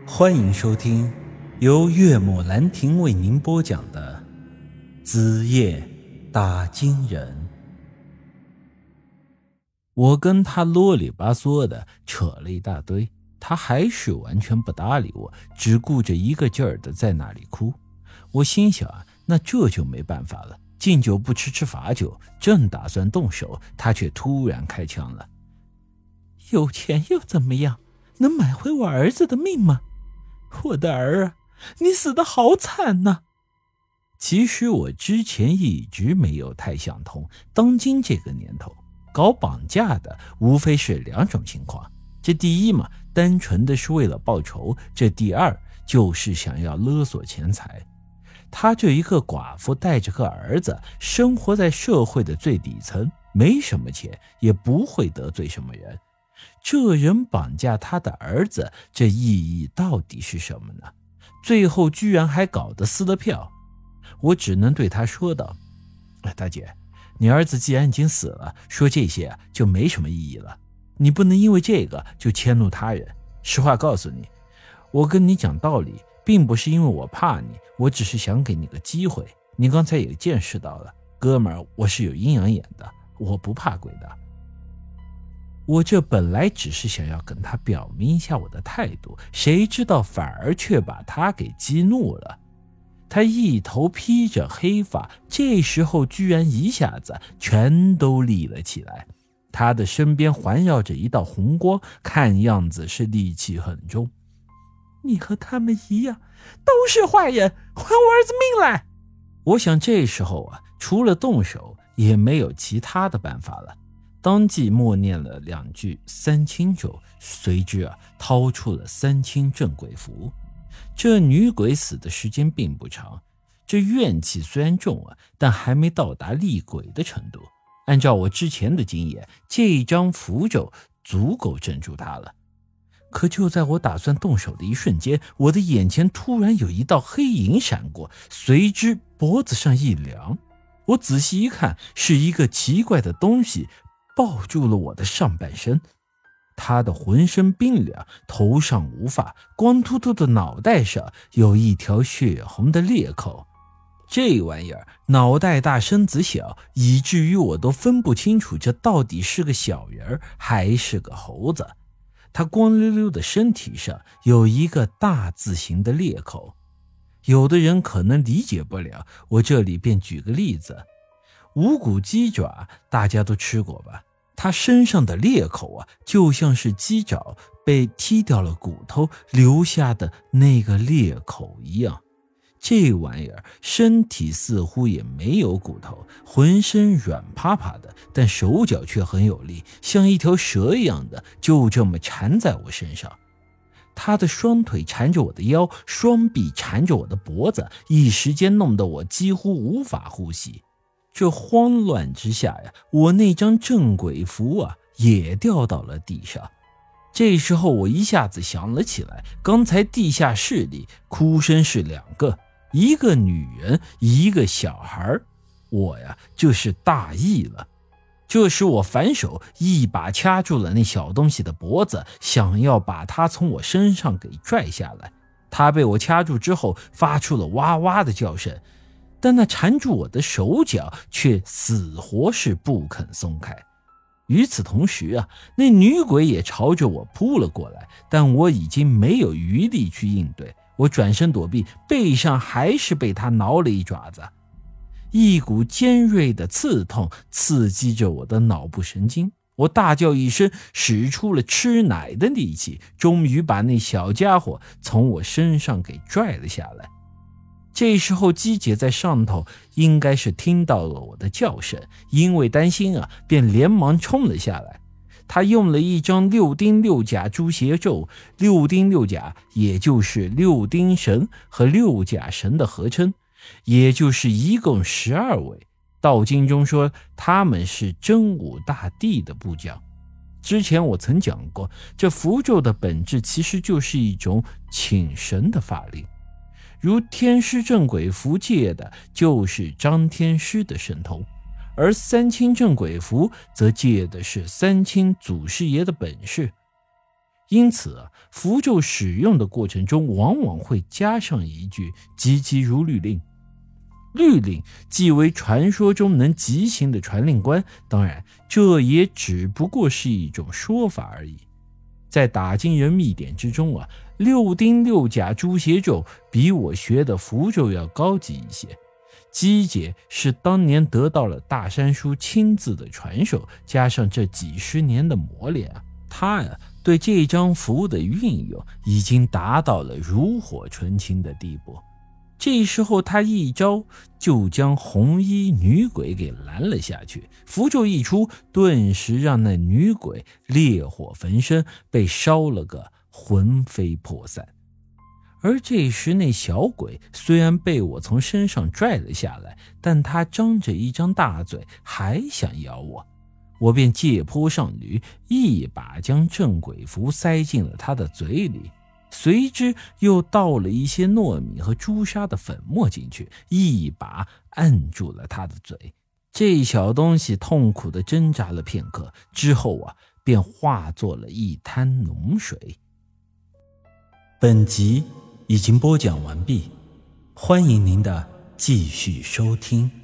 欢迎收听由岳母兰亭为您播讲的子夜打金人。我跟他啰里吧嗦的扯了一大堆，他还是完全不搭理我，只顾着一个劲儿的在那里哭。我心想那这就没办法了，敬酒不吃吃罚酒，正打算动手，他却突然开枪了。有钱又怎么样？能买回我儿子的命吗？我的儿啊，你死得好惨呐！其实我之前一直没有太想通，当今这个年头，搞绑架的无非是两种情况，这第一嘛，单纯的是为了报仇，这第二就是想要勒索钱财。他这一个寡妇带着个儿子，生活在社会的最底层，没什么钱，也不会得罪什么人。这人绑架他的儿子，这意义到底是什么呢？最后居然还搞得撕了票。我只能对他说道：大姐，你儿子既然已经死了，说这些就没什么意义了，你不能因为这个就迁怒他人。实话告诉你，我跟你讲道理并不是因为我怕你，我只是想给你个机会。你刚才也见识到了，哥们儿，我是有阴阳眼的，我不怕鬼的。我这本来只是想要跟他表明一下我的态度，谁知道反而却把他给激怒了。他一头披着黑发，这时候居然一下子全都立了起来。他的身边环绕着一道红光，看样子是戾气很重。你和他们一样，都是坏人，还我儿子命来！我想这时候除了动手也没有其他的办法了。当即默念了两句三清咒，随之掏出了三清镇鬼符。这女鬼死的时间并不长，这怨气虽然重但还没到达厉鬼的程度。按照我之前的经验，这张符咒足够镇住她了。可就在我打算动手的一瞬间，我的眼前突然有一道黑影闪过，随之脖子上一凉。我仔细一看，是一个奇怪的东西抱住了我的上半身。他的浑身冰凉，头上无发，光秃秃的脑袋上有一条血红的裂口。这玩意儿脑袋大身子小，以至于我都分不清楚这到底是个小人还是个猴子。他光溜溜的身体上有一个大字形的裂口，有的人可能理解不了，我这里便举个例子。无骨鸡爪大家都吃过吧？它身上的裂口就像是鸡爪被剔掉了骨头留下的那个裂口一样。这玩意儿身体似乎也没有骨头，浑身软趴趴的，但手脚却很有力，像一条蛇一样的就这么缠在我身上。他的双腿缠着我的腰，双臂缠着我的脖子，一时间弄得我几乎无法呼吸。这慌乱之下我那张镇鬼符也掉到了地上。这时候我一下子想了起来，刚才地下室里哭声是两个，一个女人，一个小孩。我这是大意了。这时我反手一把掐住了那小东西的脖子，想要把它从我身上给拽下来。它被我掐住之后发出了哇哇的叫声，但那缠住我的手脚却死活是不肯松开。与此同时那女鬼也朝着我扑了过来，但我已经没有余力去应对。我转身躲避，背上还是被她挠了一爪子。一股尖锐的刺痛刺激着我的脑部神经，我大叫一声，使出了吃奶的力气，终于把那小家伙从我身上给拽了下来。这时候姬姐在上头应该是听到了我的叫声，因为担心便连忙冲了下来。她用了一张六丁六甲诛邪咒，六丁六甲也就是六丁神和六甲神的合称，也就是一共12位。道经中说他们是真武大帝的部将。之前我曾讲过，这符咒的本质其实就是一种请神的法令。如天师镇鬼符借的就是张天师的神通，而三清镇鬼符则借的是三清祖师爷的本事。 因此符咒使用的过程中往往会加上一句急急如律令。律令即为传说中能急行的传令官，当然这也只不过是一种说法而已。在打金人秘典之中六丁六甲诛邪咒比我学的符咒要高级一些。姬姐是当年得到了大山叔亲自的传授，加上这几十年的磨练他对这张符的运用已经达到了炉火纯青的地步。这时候他一招就将红衣女鬼给拦了下去，符咒一出，顿时让那女鬼烈火焚身，被烧了个魂飞魄散。而这时那小鬼虽然被我从身上拽了下来，但他张着一张大嘴还想咬我，我便借坡上驴，一把将镇鬼符塞进了他的嘴里，随之又倒了一些糯米和朱砂的粉末进去，一把按住了他的嘴。这小东西痛苦地挣扎了片刻之后便化作了一滩脓水。本集已经播讲完毕，欢迎您的继续收听。